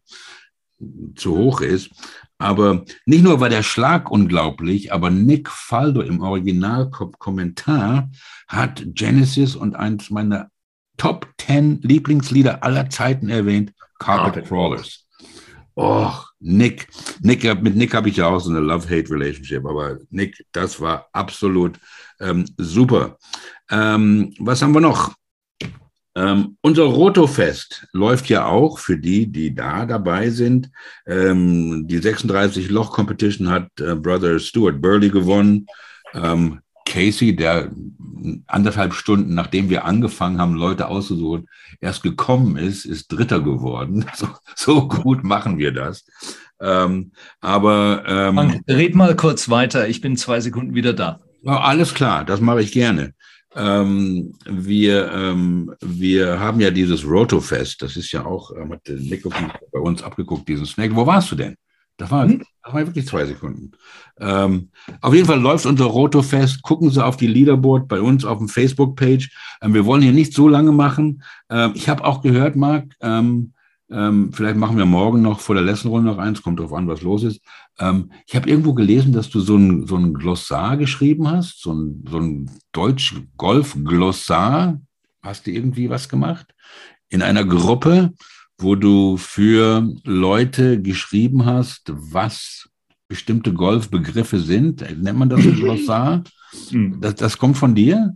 Speaker 1: zu hoch ist. Aber nicht nur war der Schlag unglaublich, aber Nick Faldo im Originalkommentar hat Genesis und eins meiner Top zehn Lieblingslieder aller Zeiten erwähnt, Carpet Crawlers. Oh, Nick. Nick, mit Nick habe ich ja auch so eine Love-Hate-Relationship, aber Nick, das war absolut ähm, super. Ähm, was haben wir noch? Ähm, unser Rotofest läuft ja auch für die, die da dabei sind. Ähm, die sechsunddreißig Loch Competition hat äh, Brother Stuart Burley gewonnen. Ähm, Casey, der anderthalb Stunden, nachdem wir angefangen haben, Leute auszusuchen, erst gekommen ist, ist Dritter geworden. So, so gut machen wir das. Ähm, aber ähm,
Speaker 2: Frank, red mal kurz weiter. Ich bin zwei Sekunden wieder da.
Speaker 1: Ja, alles klar, das mache ich gerne. Ähm, wir, ähm, wir haben ja dieses Rotofest, das ist ja auch, ähm, hat Nick bei uns abgeguckt, diesen Snack. Wo warst du denn? Das war, hm? das war wirklich zwei Sekunden. Ähm, auf jeden Fall läuft unser Rotofest. Gucken Sie auf die Leaderboard bei uns auf dem Facebook-Page. Ähm, wir wollen hier nicht so lange machen. Ähm, ich habe auch gehört, Marc, ähm, ähm, vielleicht machen wir morgen noch vor der letzten Runde noch eins, kommt drauf an, was los ist. Ähm, ich habe irgendwo gelesen, dass du so ein, so ein Glossar geschrieben hast, so ein, so ein Deutsch-Golf-Glossar. Hast du irgendwie was gemacht? In einer Gruppe, wo du für Leute geschrieben hast, was bestimmte Golfbegriffe sind. Nennt man das ein Glossar? Das, das kommt von dir?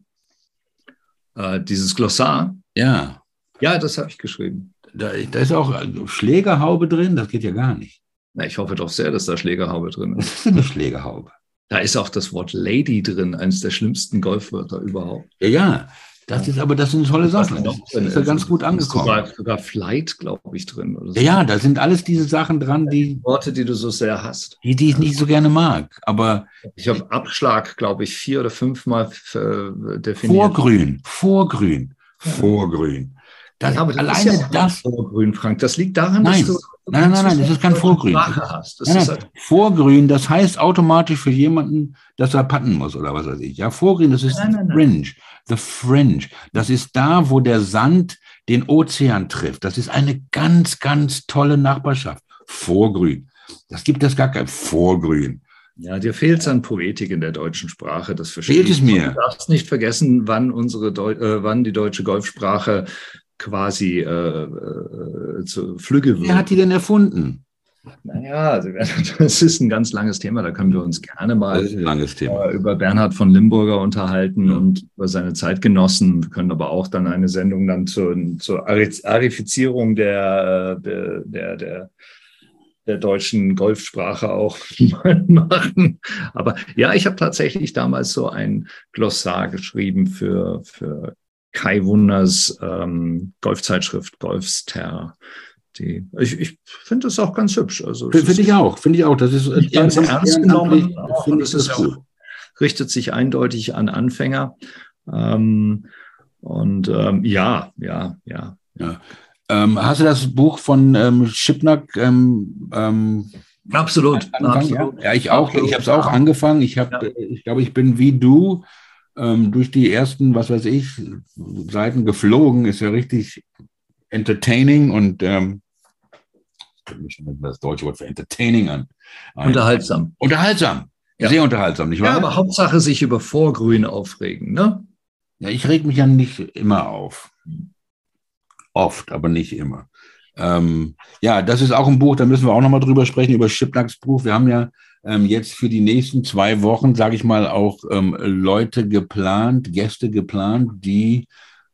Speaker 2: Äh, dieses Glossar?
Speaker 1: Ja.
Speaker 2: Ja, das habe ich geschrieben.
Speaker 1: Da, da ist auch Schlägerhaube drin, das geht ja gar nicht.
Speaker 2: Na, ich hoffe doch sehr, dass da Schlägerhaube drin ist.
Speaker 1: Was ist denn eine Schlägerhaube?
Speaker 2: Da ist auch das Wort Lady drin, eines der schlimmsten Golfwörter überhaupt.
Speaker 1: Ja, ja. Das ist aber, das sind tolle Sachen. Das ist, ist ja ganz gut angekommen.
Speaker 2: Sogar, sogar Flight, glaube ich, drin. Oder so.
Speaker 1: Ja, da sind alles diese Sachen dran, die
Speaker 2: Worte, die du so sehr hast.
Speaker 1: Die, die ich nicht so gerne mag. Aber
Speaker 2: ich habe Abschlag, glaube ich, vier oder fünfmal äh, definiert.
Speaker 1: Vorgrün, Vorgrün, ja. Vorgrün. Das, ja, aber das alleine ist ja das.
Speaker 2: Vorgrün, Frank. Das liegt daran,
Speaker 1: nein,
Speaker 2: dass du.
Speaker 1: Nein, nein, nein, das ist kein Vorgrün.
Speaker 2: Hast. Das
Speaker 1: nein,
Speaker 2: ist
Speaker 1: nein.
Speaker 2: halt
Speaker 1: Vorgrün, das heißt automatisch für jemanden, dass er patten muss oder was weiß ich. Ja, Vorgrün, das ist nein, nein, nein. Fringe. The Fringe. Das ist da, wo der Sand den Ozean trifft. Das ist eine ganz, ganz tolle Nachbarschaft. Vorgrün. Das gibt es gar kein Vorgrün.
Speaker 2: Ja, dir fehlt es an Poetik in der deutschen Sprache. Das verstehe
Speaker 1: fehlt es mir.
Speaker 2: Du darfst nicht vergessen, wann unsere Deu äh, wann die deutsche Golfsprache quasi äh, äh, zu Flügge wird.
Speaker 1: Wer hat die denn erfunden?
Speaker 2: Naja, das ist ein ganz langes Thema. Da können wir uns gerne mal
Speaker 1: das ist ein langes Thema.
Speaker 2: Äh, über Bernhard von Limburger unterhalten ja. und über seine Zeitgenossen. Wir können aber auch dann eine Sendung dann zur, zur Arifizierung der, der, der, der der deutschen Golfsprache auch mal machen. Aber ja, ich habe tatsächlich damals so ein Glossar geschrieben für, für Kai Wunders ähm, Golfzeitschrift Golfster. Die, ich ich finde das auch ganz hübsch. Also,
Speaker 1: finde ich auch, finde ich auch. Das ist
Speaker 2: ganz ernst genommen.
Speaker 1: Finde ich das gut.
Speaker 2: Richtet sich eindeutig an Anfänger. Ähm, und ähm, ja, ja, ja.
Speaker 1: ja. Ähm, hast du das Buch von ähm, Schipnack? Ähm, ähm,
Speaker 2: absolut, absolut.
Speaker 1: Ja? ja, ich auch. Absolut. Ich habe es auch angefangen. Ich habe, ja. ich glaube, ich bin wie du ähm, durch die ersten, was weiß ich, Seiten geflogen. Ist ja richtig entertaining und ähm, ich kann mich schon das deutsche Wort für entertaining an. Ein,
Speaker 2: unterhaltsam.
Speaker 1: Unterhaltsam. Ja. Sehr unterhaltsam, nicht wahr?
Speaker 2: Ja, aber Hauptsache sich über Vorgrün aufregen, ne?
Speaker 1: Ja, ich reg mich ja nicht immer auf. Oft, aber nicht immer. Ähm, ja, das ist auch ein Buch, da müssen wir auch nochmal drüber sprechen, über Schipnacks Buch. Wir haben ja ähm, jetzt für die nächsten zwei Wochen, sage ich mal, auch ähm, Leute geplant, Gäste geplant, die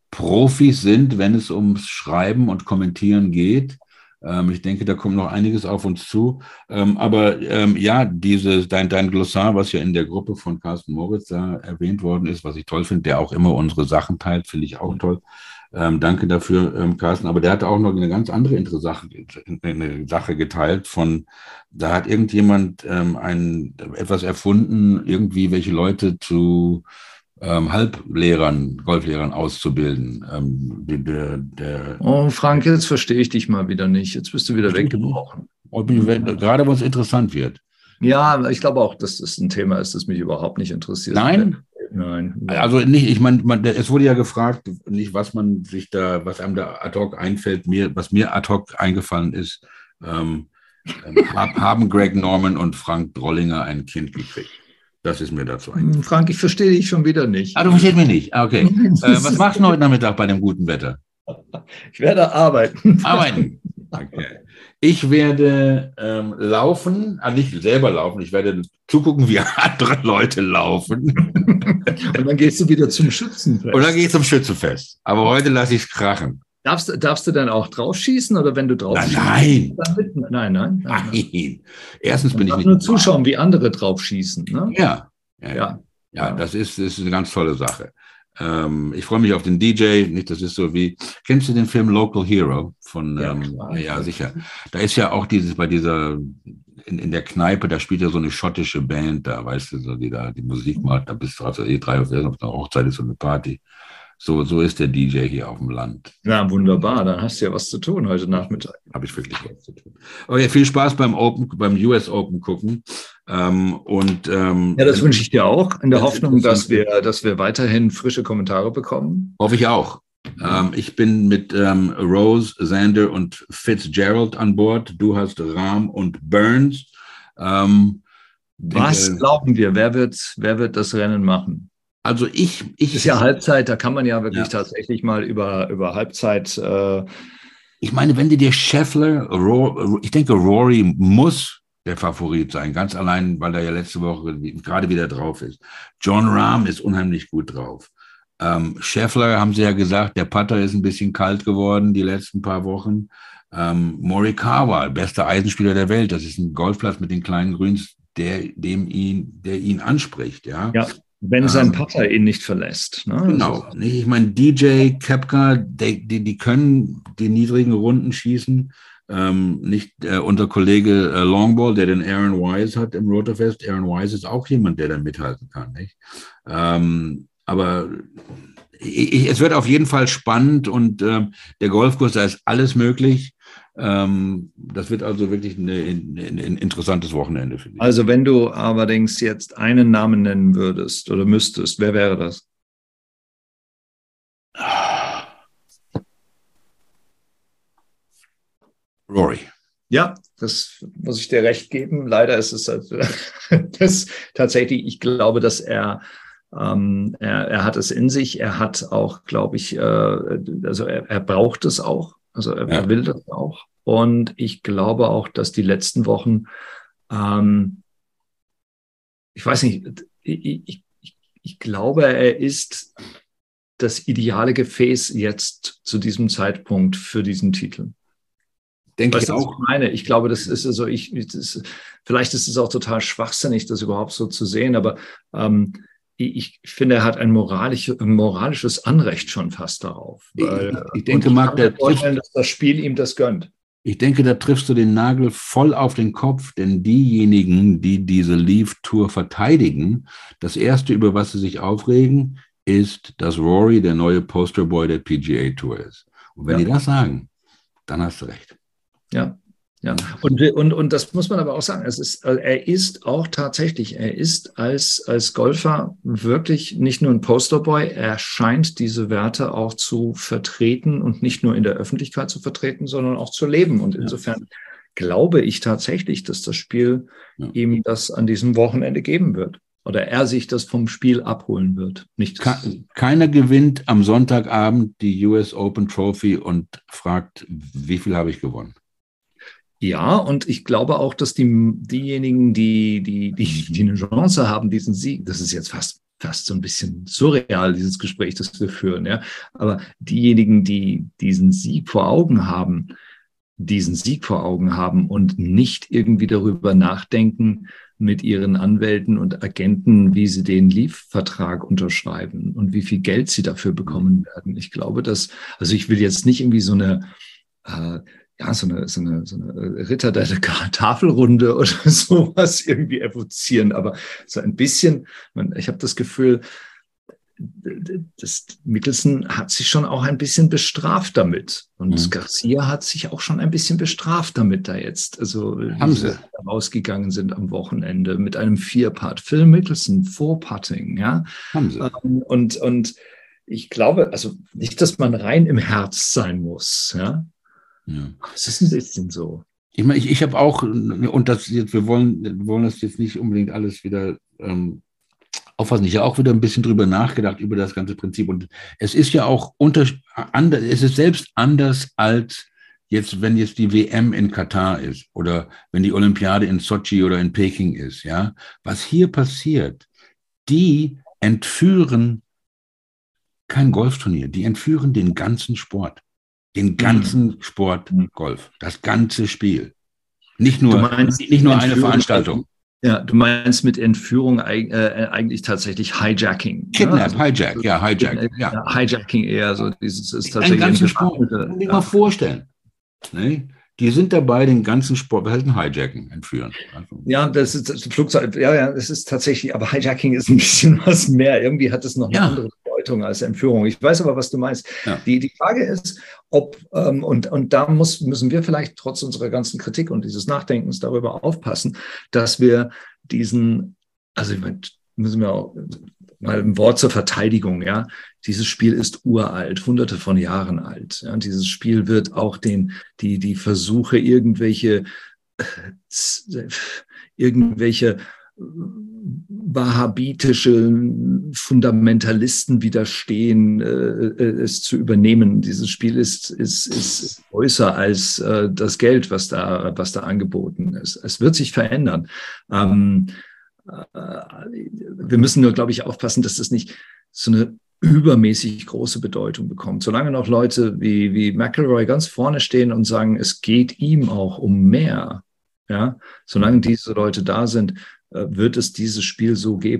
Speaker 1: Profis sind, wenn es ums Schreiben und Kommentieren geht. Ähm, ich denke, da kommt noch einiges auf uns zu. Ähm, aber ähm, ja, dieses, dein, dein Glossar, was ja in der Gruppe von Carsten Moritz da erwähnt worden ist, was ich toll finde, der auch immer unsere Sachen teilt, finde ich auch toll. Ähm, danke dafür, ähm, Carsten. Aber der hatte auch noch eine ganz andere interessante eine Sache geteilt von, da hat irgendjemand ähm, ein, etwas erfunden, irgendwie welche Leute zu ähm, Halblehrern, Golflehrern auszubilden. Ähm, der, der,
Speaker 2: oh, Frank, jetzt verstehe ich dich mal wieder nicht. Jetzt bist du wieder weggebrochen.
Speaker 1: Gerade wo es interessant wird.
Speaker 2: Ja, ich glaube auch, dass das ein Thema ist, das mich überhaupt nicht interessiert.
Speaker 1: Nein?
Speaker 2: Nein.
Speaker 1: Also nicht, ich meine, es wurde ja gefragt, nicht, was man sich da, was einem da ad hoc einfällt, mir, was mir ad hoc eingefallen ist, ähm, haben Greg Norman und Frank Drollinger ein Kind gekriegt. Das ist mir dazu eingefallen.
Speaker 2: Frank, ich verstehe dich schon wieder nicht.
Speaker 1: Ah, du verstehst mich nicht. Okay. äh, was machst du heute Nachmittag bei dem guten Wetter?
Speaker 2: Ich werde arbeiten.
Speaker 1: Arbeiten. Okay. Ich werde ähm, laufen, also nicht selber laufen, ich werde zugucken, wie andere Leute laufen.
Speaker 2: Und dann gehst du wieder zum Schützenfest.
Speaker 1: Und dann gehe ich zum Schützenfest. Aber heute lasse ich es krachen.
Speaker 2: Darfst, darfst du dann auch drauf schießen oder wenn du drauf
Speaker 1: nein,
Speaker 2: schießt?
Speaker 1: Nein.
Speaker 2: Dann mit, nein, nein, nein.
Speaker 1: Nein. nein. Erstens bin ich nicht.
Speaker 2: Nur zuschauen, wie andere drauf schießen. Ne?
Speaker 1: Ja. Ja,
Speaker 2: ja.
Speaker 1: ja. ja das ist, ist eine ganz tolle Sache. Ähm, ich freue mich auf den D J. Nicht, das ist so wie, kennst du den Film Local Hero? Von, ja, ähm, ja sicher. Da ist ja auch dieses, bei dieser, in, in der Kneipe, da spielt ja so eine schottische Band da, weißt du, so, die da die Musik macht, da bist du also eh drei auf einer Hochzeit ist so eine Party. So, so ist der D J hier auf dem Land.
Speaker 2: Ja, wunderbar. Dann hast du ja was zu tun heute Nachmittag.
Speaker 1: Habe ich wirklich was zu tun. Aber ja, viel Spaß beim Open, beim U S Open gucken. Ähm, und, ähm,
Speaker 2: ja, das wünsche ich dir auch, in der Hoffnung, dass wir, dass wir weiterhin frische Kommentare bekommen.
Speaker 1: Hoffe ich auch. Ähm, ich bin mit ähm, Rose, Xander und Fitzgerald an Bord. Du hast Rahm und Burns. Ähm,
Speaker 2: was denke, glauben wir? Wer wird, wer wird das Rennen machen?
Speaker 1: Also ich, ich
Speaker 2: ist ja Halbzeit, da kann man ja wirklich ja. tatsächlich mal über, über Halbzeit. Äh
Speaker 1: ich meine, wenn du dir Scheffler, Rory, ich denke, Rory muss der Favorit sein, ganz allein, weil er ja letzte Woche gerade wieder drauf ist. Jon Rahm ist unheimlich gut drauf. Ähm, Scheffler, haben sie ja gesagt, der Putter ist ein bisschen kalt geworden die letzten paar Wochen. Ähm, Morikawa, bester Eisenspieler der Welt, das ist ein Golfplatz mit den kleinen Grüns, der, dem ihn, der ihn anspricht, ja.
Speaker 2: Ja. Wenn sein Putter ihn nicht verlässt. Ne?
Speaker 1: Genau. Also, ich meine, D J, Koepka, die, die, die können die niedrigen Runden schießen. Ähm, nicht äh, unser Kollege äh, Longball, der den Aaron Wise hat im Rotorfest. Aaron Wise ist auch jemand, der da mithalten kann. Nicht? Ähm, aber ich, ich, es wird auf jeden Fall spannend und ähm, der Golfkurs, da ist alles möglich. Ähm, das wird also wirklich ein, ein, ein interessantes Wochenende, finde ich.
Speaker 2: Also wenn du allerdings jetzt einen Namen nennen würdest oder müsstest, wer wäre das?
Speaker 1: Rory.
Speaker 2: Ja, das muss ich dir recht geben. Leider ist es halt, das tatsächlich, ich glaube, dass er, ähm, er, er hat es in sich. Er hat auch, glaube ich, äh, also er, er braucht es auch. Also er, ja. er will das auch. Und ich glaube auch, dass die letzten Wochen, ähm, ich weiß nicht, ich, ich, ich glaube, er ist das ideale Gefäß jetzt zu diesem Zeitpunkt für diesen Titel.
Speaker 1: Denke
Speaker 2: weißt
Speaker 1: ich auch.
Speaker 2: Was ich meine? Ich glaube, das ist also, ich, das, vielleicht ist es auch total schwachsinnig, das überhaupt so zu sehen, aber ähm, ich, ich finde, er hat ein, moralisch, ein moralisches Anrecht schon fast darauf. Weil,
Speaker 1: ich, ich denke, Marc,
Speaker 2: der vorstellen, dass das Spiel ihm das gönnt.
Speaker 1: Ich denke, da triffst du den Nagel voll auf den Kopf, denn diejenigen, die diese Leaf Tour verteidigen, das Erste, über was sie sich aufregen, ist, dass Rory der neue Posterboy der P G A Tour ist. Und wenn ja. die das sagen, dann hast du recht.
Speaker 2: Ja, ja. Und, und, und das muss man aber auch sagen. Es ist, er ist auch tatsächlich, er ist als, als Golfer wirklich nicht nur ein Posterboy, er scheint diese Werte auch zu vertreten und nicht nur in der Öffentlichkeit zu vertreten, sondern auch zu leben. Und insofern ja. glaube ich tatsächlich, dass das Spiel ja. ihm das an diesem Wochenende geben wird. Oder er sich das vom Spiel abholen wird. Nicht
Speaker 1: Keiner gewinnt am Sonntagabend die U S Open Trophy und fragt, wie viel habe ich gewonnen?
Speaker 2: Ja, und ich glaube auch, dass die, diejenigen, die, die, die, die eine Chance haben, diesen Sieg, das ist jetzt fast, fast so ein bisschen surreal, dieses Gespräch, das wir führen, ja. Aber diejenigen, die diesen Sieg vor Augen haben, diesen Sieg vor Augen haben und nicht irgendwie darüber nachdenken mit ihren Anwälten und Agenten, wie sie den Leaf-Vertrag unterschreiben und wie viel Geld sie dafür bekommen werden. Ich glaube, dass, also ich will jetzt nicht irgendwie so eine, äh, ja, so eine, so eine, so eine Ritter der Tafelrunde oder sowas irgendwie evozieren, aber so ein bisschen, man, ich habe das Gefühl, das Mickelson hat sich schon auch ein bisschen bestraft damit. Und mhm. Garcia hat sich auch schon ein bisschen bestraft damit, da jetzt, also
Speaker 1: haben sie
Speaker 2: rausgegangen sind am Wochenende mit einem Vier-Putt. Phil Mickelson, Four-Putting, ja.
Speaker 1: Haben sie.
Speaker 2: Und, und ich glaube, also nicht, dass man rein im Herz sein muss, ja.
Speaker 1: Ja.
Speaker 2: Es ist ein bisschen so.
Speaker 1: Ich meine, ich, ich habe auch, und das jetzt, wir wollen, wir wollen das jetzt nicht unbedingt alles wieder ähm, auffassen. Ich habe auch wieder ein bisschen drüber nachgedacht, über das ganze Prinzip. Und es ist ja auch unter, anders, es ist selbst anders als jetzt, wenn jetzt die W M in Katar ist oder wenn die Olympiade in Sochi oder in Peking ist, ja. Was hier passiert, die entführen kein Golfturnier, die entführen den ganzen Sport. Den ganzen mhm. Sport Golf, das ganze Spiel. Nicht nur, meinst, nicht nur eine Veranstaltung.
Speaker 2: Ja, du meinst mit Entführung äh, eigentlich tatsächlich Hijacking.
Speaker 1: Kidnap, ne? also, Hijack, ja, Hijack. Ja.
Speaker 2: Ja, Hijacking eher so. Dieses ist tatsächlich
Speaker 1: ein ganzen Sport. Muss man sich mal vorstellen. Ne? Die sind dabei, den ganzen Sport, was heißt ein Hijacken, entführen. Also,
Speaker 2: ja, das ist das Flugzeug, ja, ja, das ist tatsächlich, aber Hijacking ist ein bisschen was mehr. Irgendwie hat es noch eine ja. andere Bedeutung als Entführung. Ich weiß aber, was du meinst. Ja. Die, die Frage ist, ob, ähm, und, und da muss, müssen wir vielleicht trotz unserer ganzen Kritik und dieses Nachdenkens darüber aufpassen, dass wir diesen, also ich meine, müssen wir auch mal ein Wort zur Verteidigung, ja. Dieses Spiel ist uralt, hunderte von Jahren alt. Ja. Dieses Spiel wird auch den, die, die Versuche, irgendwelche, äh, irgendwelche wahhabitische Fundamentalisten widerstehen, äh, es zu übernehmen. Dieses Spiel ist, ist, ist größer als äh, das Geld, was da, was da angeboten ist. Es wird sich verändern. Ähm, Wir müssen nur, glaube ich, aufpassen, dass das nicht so eine übermäßig große Bedeutung bekommt. Solange noch Leute wie, wie McIlroy ganz vorne stehen und sagen, es geht ihm auch um mehr, ja, solange diese Leute da sind, wird es dieses Spiel so geben.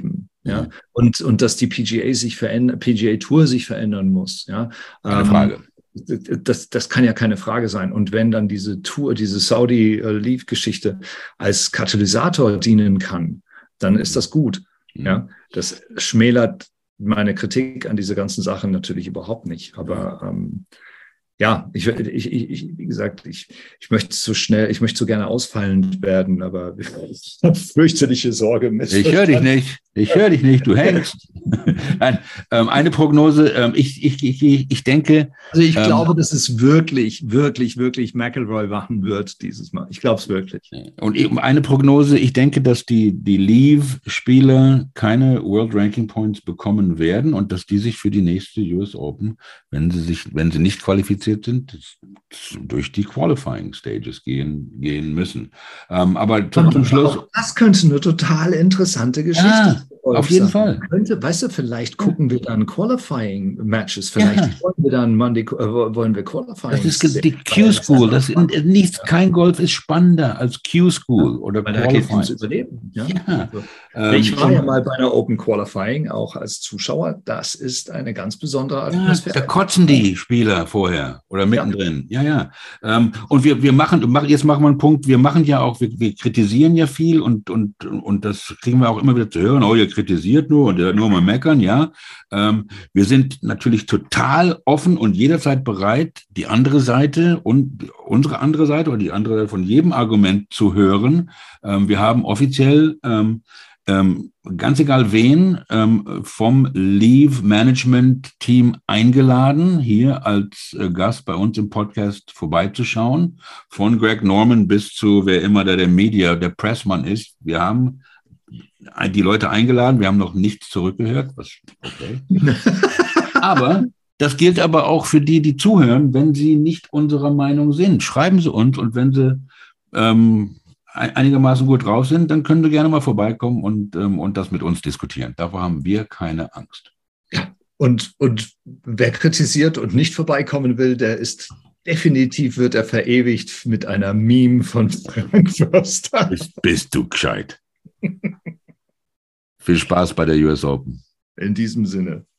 Speaker 2: Ja, und, und dass die P G A sich verändern, P G A Tour sich verändern muss. Ja,
Speaker 1: keine
Speaker 2: ähm,
Speaker 1: Frage.
Speaker 2: Das, das kann ja keine Frage sein. Und wenn dann diese Tour, diese Saudi-Leave-Geschichte als Katalysator dienen kann, dann ist das gut.
Speaker 1: Mhm.
Speaker 2: Ja, das schmälert meine Kritik an diese ganzen Sachen natürlich überhaupt nicht. Aber ähm, ja, ich, ich, ich, wie gesagt, ich, ich möchte so schnell, ich möchte so gerne ausfallend werden, aber ich habe fürchterliche Sorge mit.
Speaker 1: Ich höre dich nicht. Ich höre dich nicht. Du hängst. Nein, ähm, eine Prognose. Ähm, ich, ich, ich, ich denke.
Speaker 2: Also ich
Speaker 1: ähm,
Speaker 2: glaube, dass es wirklich, wirklich, wirklich McIlroy machen wird dieses Mal. Ich glaube es wirklich.
Speaker 1: Und eben eine Prognose. Ich denke, dass die, die Leave-Spieler keine World Ranking Points bekommen werden und dass die sich für die nächste U S Open, wenn sie sich, wenn sie nicht qualifiziert sind, durch die Qualifying Stages gehen, gehen müssen. Ähm, aber zum, zum Schluss.
Speaker 2: Das könnte eine total interessante Geschichte
Speaker 1: ja,
Speaker 2: sein.
Speaker 1: Auf jeden Fall.
Speaker 2: Könnte, weißt du, vielleicht gucken wir dann Qualifying Matches. Vielleicht ja. wollen wir dann Monday, äh, wollen wir Qualifying.
Speaker 1: Das ist die Q-School. Das ist nichts, ja. Kein Golf ist spannender als Q-School oder
Speaker 2: Weil Qualifying. Da geht es ums Überleben. Ja.
Speaker 1: Ja.
Speaker 2: Also, ich war ähm, ja mal bei einer Open Qualifying, auch als Zuschauer. Das ist eine ganz besondere Atmosphäre.
Speaker 1: Ja, da kotzen die Spieler vorher oder mittendrin. Ja, ja. ja. Ähm, und wir, wir machen, jetzt machen wir einen Punkt, wir machen ja auch, wir, wir kritisieren ja viel und, und, und das kriegen wir auch immer wieder zu hören. Oh, ihr kritisiert nur und nur mal meckern, ja. Ähm, wir sind natürlich total offen und jederzeit bereit, die andere Seite und unsere andere Seite oder die andere von jedem Argument zu hören. Ähm, wir haben offiziell ähm, Ähm, ganz egal wen, ähm, vom Leave-Management-Team eingeladen, hier als äh, Gast bei uns im Podcast vorbeizuschauen, von Greg Norman bis zu wer immer der, der Media, der Pressmann ist. Wir haben die Leute eingeladen, wir haben noch nichts zurückgehört, was okay. Aber das gilt aber auch für die, die zuhören, wenn sie nicht unserer Meinung sind. Schreiben sie uns und wenn sie ähm, einigermaßen gut drauf sind, dann können Sie gerne mal vorbeikommen und, ähm, und das mit uns diskutieren. Davor haben wir keine Angst.
Speaker 2: Ja, und, und wer kritisiert und nicht vorbeikommen will, der ist definitiv, wird er verewigt mit einer Meme von Frank Förster.
Speaker 1: Bist, bist du gescheit. Viel Spaß bei der U S Open.
Speaker 2: In diesem Sinne.